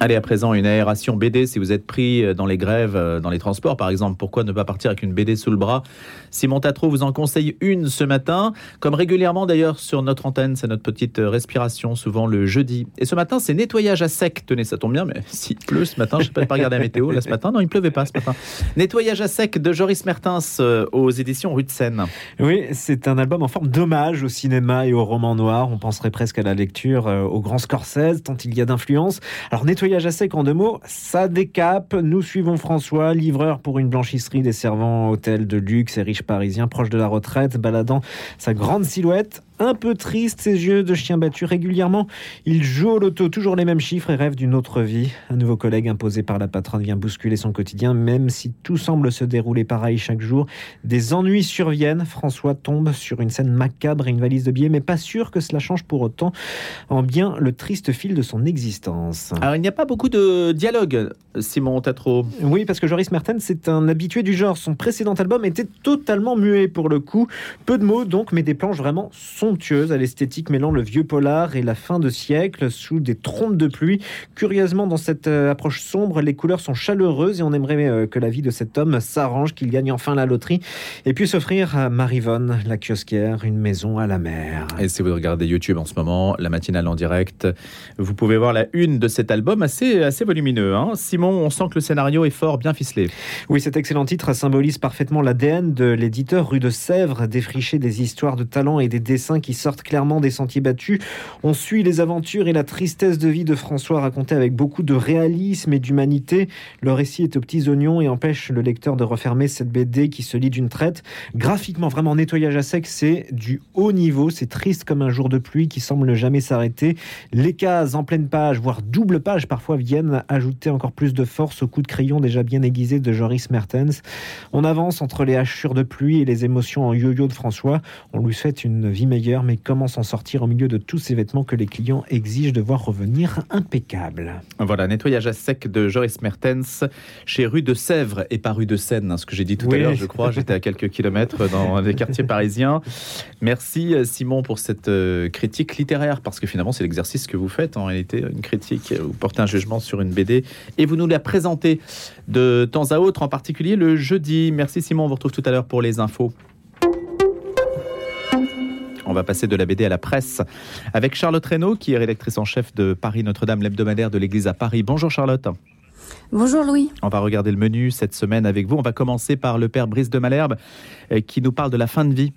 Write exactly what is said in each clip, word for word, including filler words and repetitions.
Allez, à présent, une aération B D, si vous êtes pris dans les grèves, dans les transports par exemple, pourquoi ne pas partir avec une B D sous le bras? Simon Tatro vous en conseille une ce matin, comme régulièrement d'ailleurs sur notre antenne, c'est notre petite respiration, souvent le jeudi. Et ce matin, c'est nettoyage à sec. Tenez, ça tombe bien, mais s'il pleut ce matin, je ne sais pas regarder la météo, là ce matin, non, il ne pleuvait pas ce matin. Nettoyage à sec de Joris Mertens euh, aux éditions Rue de Seine. Oui, c'est un album en forme d'hommage au cinéma et au roman noir. On penserait presque à la lecture euh, au grand Scorsese, tant il y a d'influence. Alors, nettoyage Nettoyage à sec en deux mots, ça décape. Nous suivons François, livreur pour une blanchisserie desservant hôtel de luxe et riche parisien, proche de la retraite, baladant sa grande silhouette. Un peu triste, ses yeux de chien battu régulièrement. Il joue au loto, toujours les mêmes chiffres et rêve d'une autre vie. Un nouveau collègue imposé par la patronne vient bousculer son quotidien, même si tout semble se dérouler pareil chaque jour. Des ennuis surviennent. François tombe sur une scène macabre et une valise de billets, mais pas sûr que cela change pour autant en bien le triste fil de son existence. Alors, il n'y a pas beaucoup de dialogue, Simon Tatro. Oui, parce que Joris Mertens, c'est un habitué du genre. Son précédent album était totalement muet pour le coup. Peu de mots donc, mais des planches vraiment somptueuse à l'esthétique mêlant le vieux polar et la fin de siècle sous des trompes de pluie. Curieusement, dans cette euh, approche sombre, les couleurs sont chaleureuses et on aimerait euh, que la vie de cet homme s'arrange, qu'il gagne enfin la loterie et puisse offrir à Marivonne, la kiosquière, une maison à la mer. Et si vous regardez YouTube en ce moment, la matinale en direct, vous pouvez voir la une de cet album assez, assez volumineux. Hein. Simon, on sent que le scénario est fort, bien ficelé. Oui, cet excellent titre symbolise parfaitement l'A D N de l'éditeur Rue de Sèvres, défricher des histoires de talent et des dessins qui sortent clairement des sentiers battus. On suit les aventures et la tristesse de vie de François racontée avec beaucoup de réalisme et d'humanité. Le récit est aux petits oignons et empêche le lecteur de refermer cette B D qui se lit d'une traite. Graphiquement, vraiment, nettoyage à sec, c'est du haut niveau. C'est triste comme un jour de pluie qui semble jamais s'arrêter. Les cases en pleine page, voire double page parfois, viennent ajouter encore plus de force au coup de crayon déjà bien aiguisé de Joris Mertens. On avance entre les hachures de pluie et les émotions en yo-yo de François. On lui souhaite une vie meilleure, mais comment s'en sortir au milieu de tous ces vêtements que les clients exigent de voir revenir impeccables. Voilà, nettoyage à sec de Joris Mertens chez Rue de Sèvres et pas Rue de Seine, hein, ce que j'ai dit tout oui. à l'heure, je crois. J'étais à quelques kilomètres dans les quartiers parisiens. Merci Simon pour cette euh, critique littéraire, parce que finalement c'est l'exercice que vous faites en réalité, une critique, vous portez un jugement sur une B D et vous nous la présentez de temps à autre, en particulier le jeudi. Merci Simon, on vous retrouve tout à l'heure pour les infos. On va passer de la B D à la presse avec Charlotte Reynaud, qui est rédactrice en chef de Paris Notre-Dame, l'hebdomadaire de l'Église à Paris. Bonjour Charlotte. Bonjour Louis. On va regarder le menu cette semaine avec vous. On va commencer par le père Brice de Malherbe qui nous parle de la fin de vie.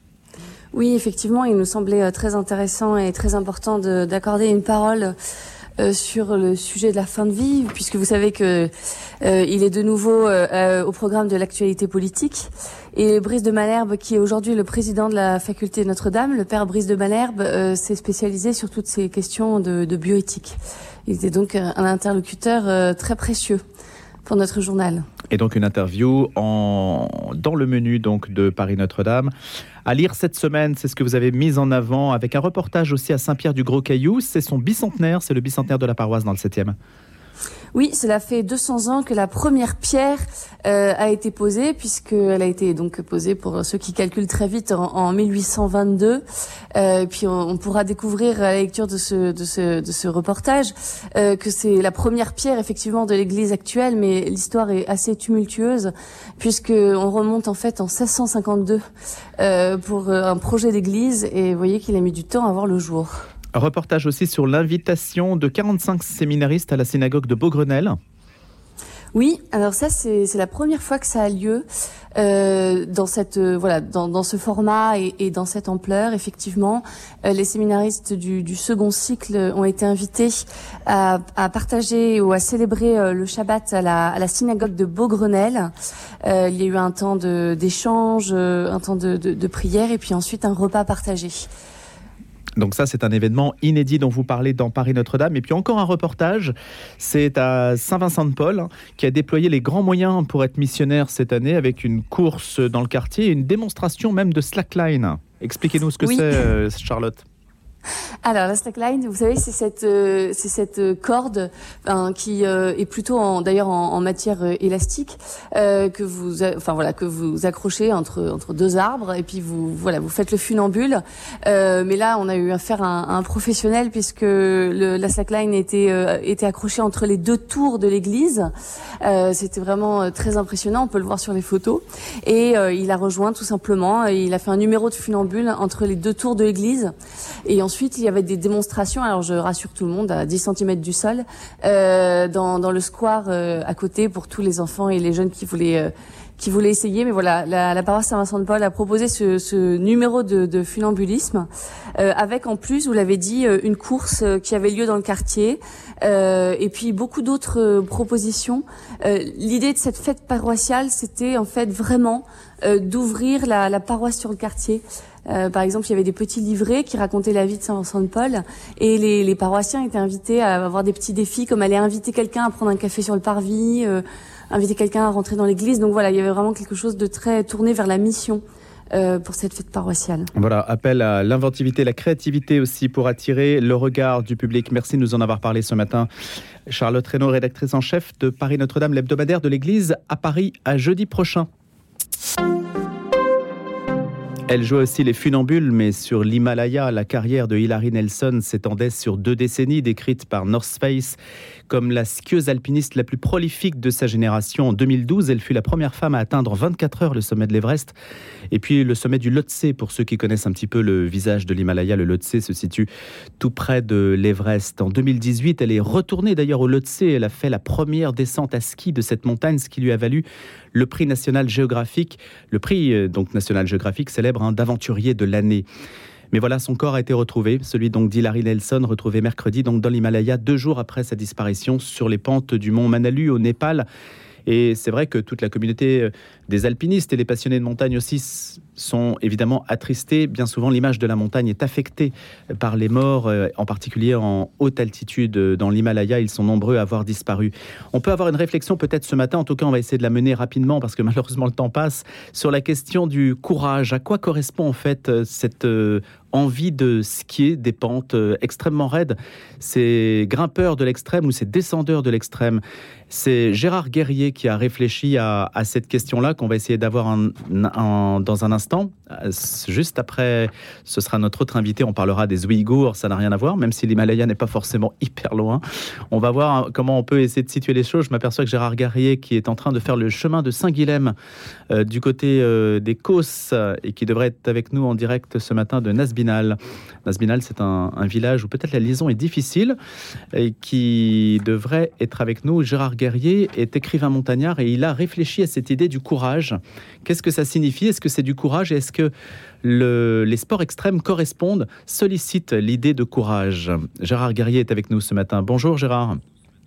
Oui, effectivement, il nous semblait très intéressant et très important de, d'accorder une parole Euh, sur le sujet de la fin de vie, puisque vous savez que euh, il est de nouveau euh, au programme de l'actualité politique. Et Brice de Malherbe, qui est aujourd'hui le président de la faculté Notre-Dame, le père Brice de Malherbe, euh, s'est spécialisé sur toutes ces questions de, de bioéthique. Il était donc un interlocuteur euh, très précieux pour notre journal. Et donc une interview en... dans le menu donc de Paris Notre-Dame. À lire cette semaine, c'est ce que vous avez mis en avant avec un reportage aussi à Saint-Pierre-du-Gros-Caillou. C'est son bicentenaire, c'est le bicentenaire de la paroisse dans le septième. Oui, cela fait deux cents ans que la première pierre euh, a été posée, puisqu'elle a été donc posée, pour ceux qui calculent très vite, en, en mille huit cent vingt-deux. Euh, et puis on, on pourra découvrir à la lecture de ce, de ce, de ce reportage euh, que c'est la première pierre effectivement de l'église actuelle, mais l'histoire est assez tumultueuse, puisqu'on remonte en fait en seize cent cinquante-deux euh, pour un projet d'église, et vous voyez qu'il a mis du temps à voir le jour. Reportage aussi sur l'invitation de quarante-cinq séminaristes à la synagogue de Beaugrenelle. Oui, alors ça c'est, c'est la première fois que ça a lieu euh, dans cette euh, voilà dans, dans ce format et, et dans cette ampleur. Effectivement, euh, les séminaristes du, du second cycle ont été invités à, à partager ou à célébrer euh, le Shabbat à la, à la synagogue de Beaugrenelle. Euh, il y a eu un temps de, d'échange, euh, un temps de, de, de prière et puis ensuite un repas partagé. Donc ça, c'est un événement inédit dont vous parlez dans Paris Notre-Dame. Et puis encore un reportage, c'est à Saint-Vincent-de-Paul, hein, qui a déployé les grands moyens pour être missionnaire cette année, avec une course dans le quartier et une démonstration même de slackline. Expliquez-nous ce que oui. c'est, Charlotte. Alors la slackline, vous savez, c'est cette euh, c'est cette corde hein, qui euh, est plutôt en, d'ailleurs en, en matière euh, élastique euh, que vous enfin voilà que vous accrochez entre entre deux arbres et puis vous voilà vous faites le funambule. Euh, mais là, on a eu affaire à un, à un professionnel puisque le, la slackline était euh, était accrochée entre les deux tours de l'église. Euh, c'était vraiment euh, très impressionnant. On peut le voir sur les photos. Et euh, il a rejoint tout simplement. Il a fait un numéro de funambule entre les deux tours de l'église. Et ensuite, il y avait des démonstrations, alors je rassure tout le monde, à dix centimètres du sol, euh, dans, dans le square euh, à côté pour tous les enfants et les jeunes qui voulaient euh, qui voulaient essayer. Mais voilà, la, la paroisse Saint-Vincent-de-Paul a proposé ce, ce numéro de, de funambulisme, euh, avec en plus, vous l'avez dit, une course euh, qui avait lieu dans le quartier, euh, et puis beaucoup d'autres euh, propositions. Euh, l'idée de cette fête paroissiale, c'était en fait vraiment euh, d'ouvrir la, la paroisse sur le quartier. Euh, par exemple, il y avait des petits livrets qui racontaient la vie de Saint-Vincent-de-Paul et les, les paroissiens étaient invités à avoir des petits défis comme aller inviter quelqu'un à prendre un café sur le parvis, euh, inviter quelqu'un à rentrer dans l'église. Donc voilà, il y avait vraiment quelque chose de très tourné vers la mission euh, pour cette fête paroissiale. Voilà, appel à l'inventivité, la créativité aussi pour attirer le regard du public. Merci de nous en avoir parlé ce matin. Charlotte Reynaud, rédactrice en chef de Paris Notre-Dame, l'hebdomadaire de l'église à Paris. À jeudi prochain. Elle jouait aussi les funambules, mais sur l'Himalaya, la carrière de Hilary Nelson s'étendait sur deux décennies, décrite par North Face comme la skieuse alpiniste la plus prolifique de sa génération. En deux mille douze, elle fut la première femme à atteindre en vingt-quatre heures le sommet de l'Everest et puis le sommet du Lhotse. Pour ceux qui connaissent un petit peu le visage de l'Himalaya, le Lhotse se situe tout près de l'Everest. En deux mille dix-huit, elle est retournée d'ailleurs au Lhotse. Elle a fait la première descente à ski de cette montagne, ce qui lui a valu le prix national géographique. Le prix donc national géographique célèbre un d'aventurier de l'année. Mais voilà, son corps a été retrouvé, celui donc d'Hilary Nelson, retrouvé mercredi donc dans l'Himalaya, deux jours après sa disparition sur les pentes du mont Manalu au Népal. Et c'est vrai que toute la communauté des alpinistes et les passionnés de montagne aussi sont évidemment attristés. Bien souvent, l'image de la montagne est affectée par les morts, en particulier en haute altitude dans l'Himalaya. Ils sont nombreux à avoir disparu. On peut avoir une réflexion peut-être ce matin, en tout cas on va essayer de la mener rapidement parce que malheureusement le temps passe, sur la question du courage. À quoi correspond en fait cette envie de skier des pentes extrêmement raides, ces grimpeurs de l'extrême ou ces descendeurs de l'extrême? C'est Gérard Guerrier qui a réfléchi à, à cette question-là, qu'on va essayer d'avoir un, un, dans un instant. Juste après, ce sera notre autre invité. On parlera des Ouïghours, ça n'a rien à voir, même si l'Himalaya n'est pas forcément hyper loin. On va voir comment on peut essayer de situer les choses. Je m'aperçois que Gérard Guerrier, qui est en train de faire le chemin de Saint-Guilhem, euh, du côté euh, des Causses, et qui devrait être avec nous en direct ce matin de Nasbinal. Nasbinal, c'est un, un village où peut-être la liaison est difficile, et qui devrait être avec nous. Gérard Guerrier est écrivain montagnard et il a réfléchi à cette idée du courage. Qu'est-ce que ça signifie? Est-ce que c'est du courage? Et est-ce que le, les sports extrêmes correspondent, sollicitent l'idée de courage? Gérard Guerrier est avec nous ce matin. Bonjour Gérard.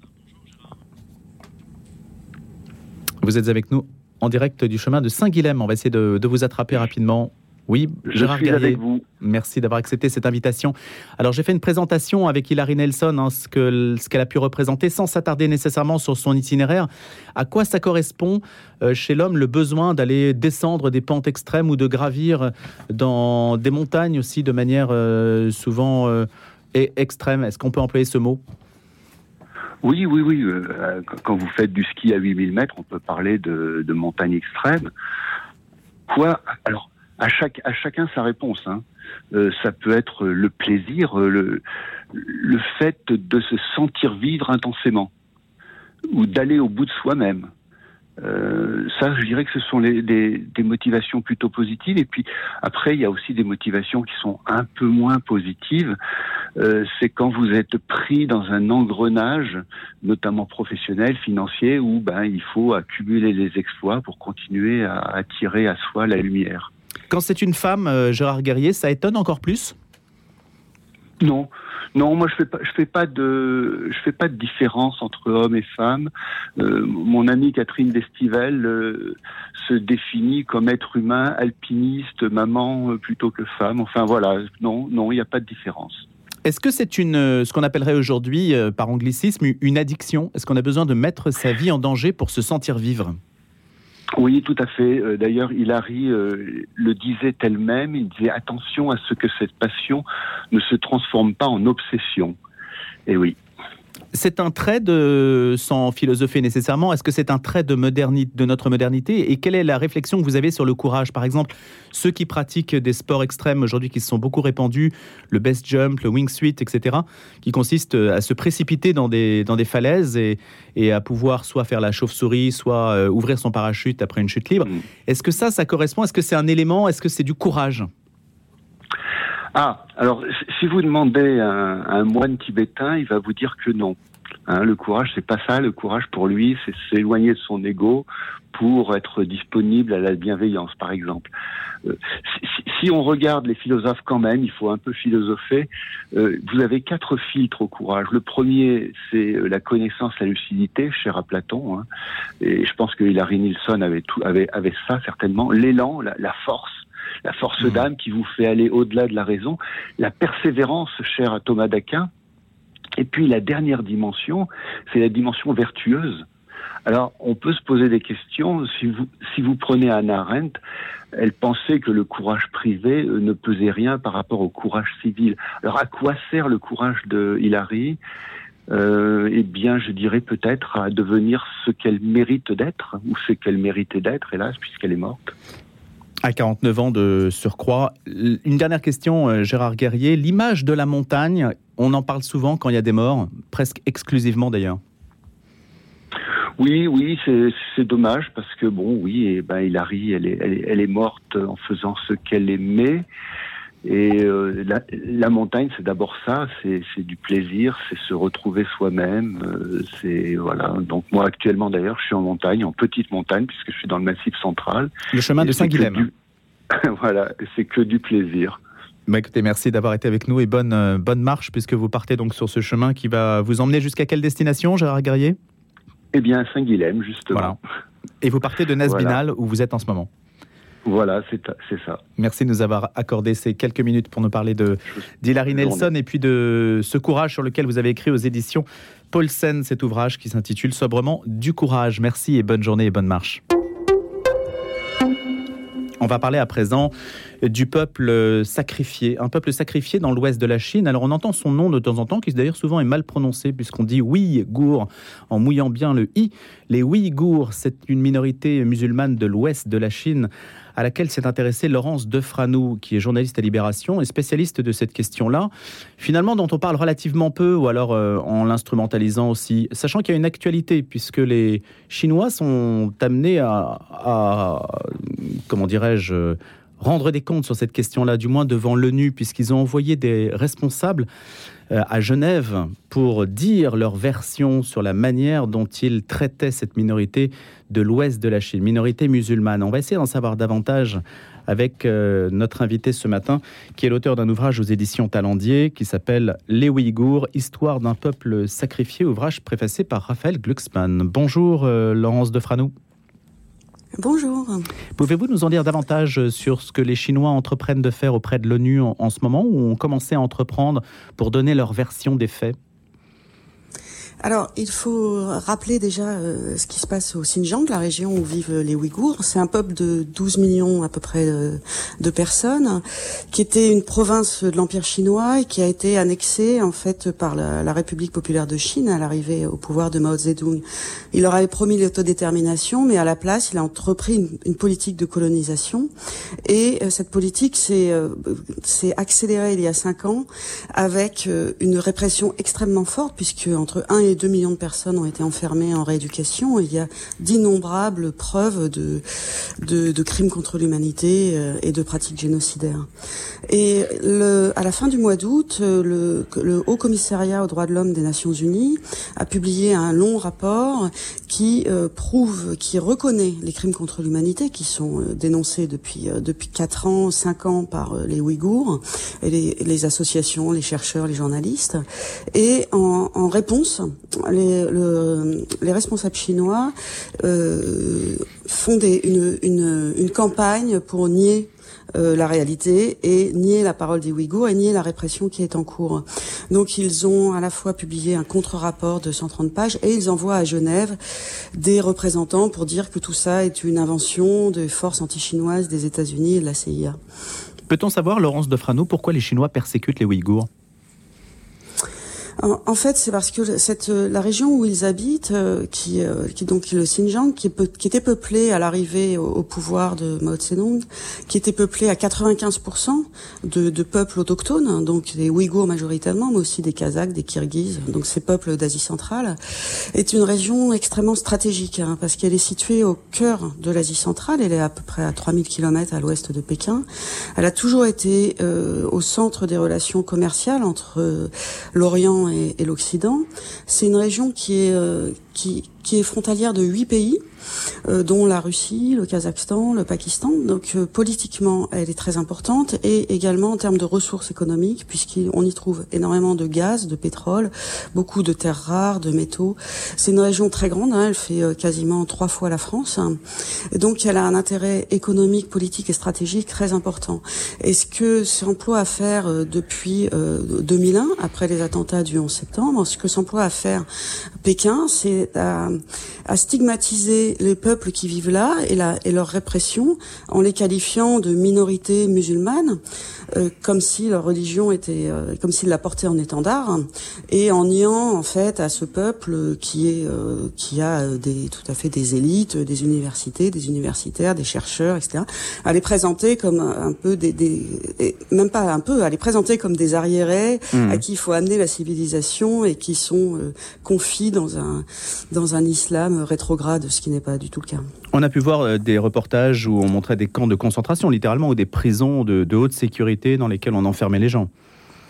Vous êtes avec nous en direct du chemin de Saint-Guilhem. On va essayer de, de vous attraper rapidement. Oui, Gérard Guerrier, avec vous. Merci d'avoir accepté cette invitation. Alors, j'ai fait une présentation avec Hilary Nelson, hein, ce, que, ce qu'elle a pu représenter, sans s'attarder nécessairement sur son itinéraire. À quoi ça correspond euh, chez l'homme, le besoin d'aller descendre des pentes extrêmes ou de gravir dans des montagnes aussi de manière euh, souvent euh, extrême? Est-ce qu'on peut employer ce mot? Oui, oui, oui. Euh, quand vous faites du ski à huit mille mètres, on peut parler de, de montagne extrême. Quoi? Alors, À, chaque, à chacun sa réponse. Hein. Euh, ça peut être le plaisir, le, le fait de se sentir vivre intensément ou d'aller au bout de soi-même. Euh, ça, je dirais que ce sont les, des, des motivations plutôt positives. Et puis après, il y a aussi des motivations qui sont un peu moins positives. Euh, c'est quand vous êtes pris dans un engrenage, notamment professionnel, financier, où ben, il faut accumuler les exploits pour continuer à attirer à soi la lumière. Quand c'est une femme, euh, Gérard Guerrier, ça étonne encore plus? Non, non, moi je fais pas, je fais pas de, je fais pas de différence entre hommes et femmes. Euh, mon amie Catherine Destivelle euh, se définit comme être humain, alpiniste, maman euh, plutôt que femme. Enfin voilà, non, non, il n'y a pas de différence. Est-ce que c'est une, ce qu'on appellerait aujourd'hui, euh, par anglicisme, une addiction? Est-ce qu'on a besoin de mettre sa vie en danger pour se sentir vivre? Oui, tout à fait. D'ailleurs, Hilary euh, le disait elle-même, il disait attention à ce que cette passion ne se transforme pas en obsession. Et oui. C'est un trait de, sans philosopher nécessairement, est-ce que c'est un trait de, modernité, de notre modernité? Et quelle est la réflexion que vous avez sur le courage? Par exemple, ceux qui pratiquent des sports extrêmes aujourd'hui qui se sont beaucoup répandus, le best jump, le wingsuit, et cetera, qui consistent à se précipiter dans des, dans des falaises et, et à pouvoir soit faire la chauve-souris, soit euh, ouvrir son parachute après une chute libre. Mmh. Est-ce que ça, ça correspond? Est-ce que c'est un élément? Est-ce que c'est du courage? Ah, alors, si vous demandez à un, à un moine tibétain, il va vous dire que non. Hein, le courage, c'est pas ça. Le courage, pour lui, c'est s'éloigner de son ego pour être disponible à la bienveillance, par exemple. Euh, si, si on regarde les philosophes quand même, il faut un peu philosopher, euh, vous avez quatre filtres au courage. Le premier, c'est la connaissance, la lucidité, cher à Platon. Hein, et je pense que Hilary Nilsson avait, tout, avait, avait ça, certainement. L'élan, la, la force. La force mmh. d'âme qui vous fait aller au-delà de la raison, la persévérance chère à Thomas d'Aquin, et puis la dernière dimension, c'est la dimension vertueuse. Alors, on peut se poser des questions. Si vous, si vous prenez Hannah Arendt, elle pensait que le courage privé ne pesait rien par rapport au courage civil. Alors, à quoi sert le courage de Hilary ? Euh, eh bien, je dirais peut-être à devenir ce qu'elle mérite d'être, ou ce qu'elle méritait d'être, hélas, puisqu'elle est morte. À quarante-neuf ans de surcroît. Une dernière question, Gérard Guerrier. L'image de la montagne, on en parle souvent quand il y a des morts, presque exclusivement d'ailleurs. Oui, oui, c'est, c'est dommage parce que bon, oui, et ben Hilary, elle est, elle est, elle est morte en faisant ce qu'elle aimait. Et euh, la, la montagne, c'est d'abord ça, c'est, c'est du plaisir, c'est se retrouver soi-même. Euh, c'est voilà. Donc moi, actuellement, d'ailleurs, je suis en montagne, en petite montagne, puisque je suis dans le Massif central. Le chemin de Saint-Guilhem. Du... voilà, c'est que du plaisir. Bah écoutez, merci d'avoir été avec nous et bonne euh, bonne marche, puisque vous partez donc sur ce chemin qui va vous emmener jusqu'à quelle destination, Gérard Guerrier ? Eh bien, Saint-Guilhem, justement. Voilà. Et vous partez de Nasbinal, voilà. Où vous êtes en ce moment. Voilà, c'est, c'est ça. Merci de nous avoir accordé ces quelques minutes pour nous parler de, d'Hilary Nelson et puis de ce courage sur lequel vous avez écrit aux éditions Paulsen, cet ouvrage qui s'intitule sobrement « Du courage ». Merci et bonne journée et bonne marche. On va parler à présent du peuple sacrifié, un peuple sacrifié dans l'ouest de la Chine. Alors on entend son nom de temps en temps, qui d'ailleurs souvent est mal prononcé, puisqu'on dit Ouïghour en mouillant bien le i. Les Ouïghours, c'est une minorité musulmane de l'ouest de la Chine, à laquelle s'est intéressée Laurence Defranoux, qui est journaliste à Libération et spécialiste de cette question-là, finalement dont on parle relativement peu, ou alors euh, en l'instrumentalisant aussi, sachant qu'il y a une actualité, puisque les Chinois sont amenés à, à comment dirais-je, rendre des comptes sur cette question-là, du moins devant l'ONU, puisqu'ils ont envoyé des responsables euh, à Genève pour dire leur version sur la manière dont ils traitaient cette minorité de l'ouest de la Chine, minorité musulmane. On va essayer d'en savoir davantage avec euh, notre invité ce matin, qui est l'auteur d'un ouvrage aux éditions Talendier, qui s'appelle « Les Ouïghours, histoire d'un peuple sacrifié », ouvrage préfacé par Raphaël Glucksmann. Bonjour euh, Laurence Defranoux. Bonjour. Pouvez-vous nous en dire davantage sur ce que les Chinois entreprennent de faire auprès de l'ONU en, en ce moment, ou ont commencé à entreprendre pour donner leur version des faits ? Alors, il faut rappeler déjà euh, ce qui se passe au Xinjiang, la région où vivent les Ouïghours. C'est un peuple de douze millions à peu près euh, de personnes, qui était une province de l'Empire chinois et qui a été annexée en fait par la, la République populaire de Chine à l'arrivée au pouvoir de Mao Zedong. Il leur avait promis l'autodétermination, mais à la place, il a entrepris une, une politique de colonisation. Et euh, cette politique s'est, euh, s'est accélérée il y a cinq ans avec euh, une répression extrêmement forte, puisque entre un et deux millions de personnes ont été enfermées en rééducation. Et il y a d'innombrables preuves de, de, de crimes contre l'humanité euh, et de pratiques génocidaires. Et le, à la fin du mois d'août, le, le Haut Commissariat aux droits de l'homme des Nations Unies a publié un long rapport qui euh, prouve, qui reconnaît les crimes contre l'humanité qui sont euh, dénoncés depuis euh, depuis quatre ans, cinq ans par euh, les Ouïghours et les, les associations, les chercheurs, les journalistes. Et en, en réponse, les, le, les responsables chinois euh, font des, une, une, une campagne pour nier euh, la réalité et nier la parole des Ouïghours et nier la répression qui est en cours. Donc ils ont à la fois publié un contre-rapport de cent trente pages et ils envoient à Genève des représentants pour dire que tout ça est une invention des forces anti-chinoises des États-Unis et de la C I A. Peut-on savoir, Laurence Defrano, pourquoi les Chinois persécutent les Ouïghours ? En, en fait, c'est parce que cette la région où ils habitent, euh, qui, euh, qui donc le Xinjiang, qui, est peu, qui était peuplée à l'arrivée au, au pouvoir de Mao Tse-tung, qui était peuplée à quatre-vingt-quinze pour cent de, de peuples autochtones, hein, donc des Ouïghours majoritairement, mais aussi des Kazakhs, des Kirghizes, donc ces peuples d'Asie centrale, est une région extrêmement stratégique, hein, parce qu'elle est située au cœur de l'Asie centrale. Elle est à peu près à trois mille kilomètres à l'ouest de Pékin. Elle a toujours été euh, au centre des relations commerciales entre euh, l'Orient et, et l'Occident. C'est une région qui est euh, qui qui est frontalière de huit pays, euh, dont la Russie, le Kazakhstan, le Pakistan. Donc euh, politiquement, elle est très importante et également en termes de ressources économiques, puisqu'on y trouve énormément de gaz, de pétrole, beaucoup de terres rares, de métaux. C'est une région très grande, hein, elle fait euh, quasiment trois fois la France. Hein, et donc elle a un intérêt économique, politique et stratégique très important. Et ce que s'emploie à faire euh, depuis euh, deux mille un, après les attentats du onze septembre, ce que s'emploie à faire Pékin, c'est à, à stigmatiser les peuples qui vivent là et, la, et leur répression en les qualifiant de minorités musulmanes, euh, comme si leur religion était, euh, comme s'ils la portaient en étendard, et en niant en fait à ce peuple qui est, euh, qui a des, tout à fait des élites, des universités, des universitaires, des chercheurs, et cetera, à les présenter comme un peu des, des et même pas un peu, à les présenter comme des arriérés mmh. à qui il faut amener la civilisation et qui sont euh, confis dans un dans un islam rétrograde, ce qui n'est pas du tout le cas. On a pu voir des reportages où on montrait des camps de concentration, littéralement, ou des prisons de, de haute sécurité dans lesquelles on enfermait les gens.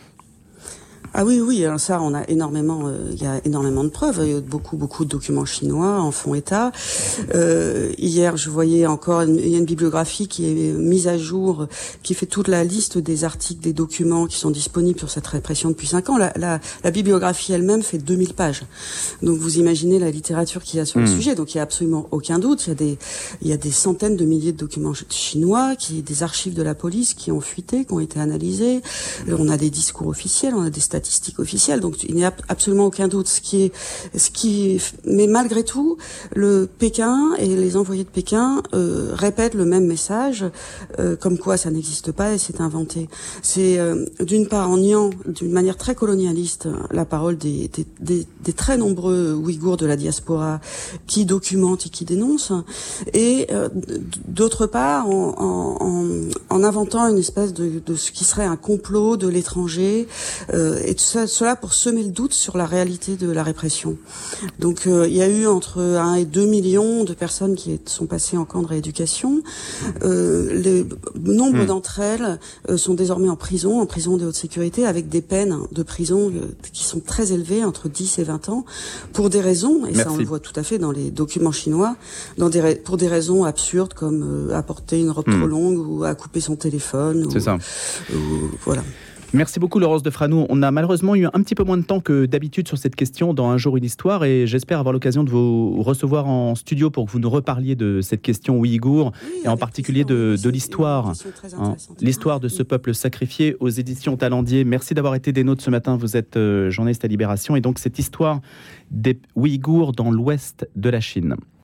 Ah oui, oui, alors ça, on a énormément, euh, il y a énormément de preuves. Il y a beaucoup, beaucoup de documents chinois en font état. Euh, hier, je voyais encore, une, il y a une bibliographie qui est mise à jour, qui fait toute la liste des articles, des documents qui sont disponibles sur cette répression depuis cinq ans. La, la, la bibliographie elle-même fait deux mille pages. Donc vous imaginez la littérature qu'il y a sur mmh. le sujet. Donc il y a absolument aucun doute. Il y a des, il y a des centaines de milliers de documents chinois, qui, des archives de la police qui ont fuité, qui ont été analysés. On a des discours officiels, on a des statistiques statistiques officielles, donc il n'y a absolument aucun doute. Ce qui est, ce qui, mais malgré tout, le Pékin et les envoyés de Pékin euh, répètent le même message, euh, comme quoi ça n'existe pas et c'est inventé. C'est euh, d'une part en niant d'une manière très colonialiste la parole des, des, des, des très nombreux Ouïghours de la diaspora qui documentent et qui dénoncent, et euh, d'autre part en, en, en inventant une espèce de, de ce qui serait un complot de l'étranger. Euh, et tout ça, cela pour semer le doute sur la réalité de la répression. Donc euh, il y a eu entre un et deux millions de personnes qui sont passées en camp de rééducation. Euh, le nombre mmh. d'entre elles euh, sont désormais en prison, en prison de haute sécurité, avec des peines de prison euh, qui sont très élevées, entre dix et vingt ans, pour des raisons, et Merci. Ça on le voit tout à fait dans les documents chinois, dans des, pour des raisons absurdes comme euh, à porter une robe mmh. trop longue ou à couper son téléphone. C'est ou, ça. Ou, voilà. Merci beaucoup Laurence Defrano. On a malheureusement eu un petit peu moins de temps que d'habitude sur cette question dans Un jour une histoire, et j'espère avoir l'occasion de vous recevoir en studio pour que vous nous reparliez de cette question ouïghour, oui, et en particulier de, de l'histoire, hein, l'histoire de ce peuple sacrifié, aux éditions Talendier. Merci d'avoir été des nôtres ce matin. Vous êtes euh, journaliste à Libération, et donc cette histoire des Ouïghours dans l'ouest de la Chine.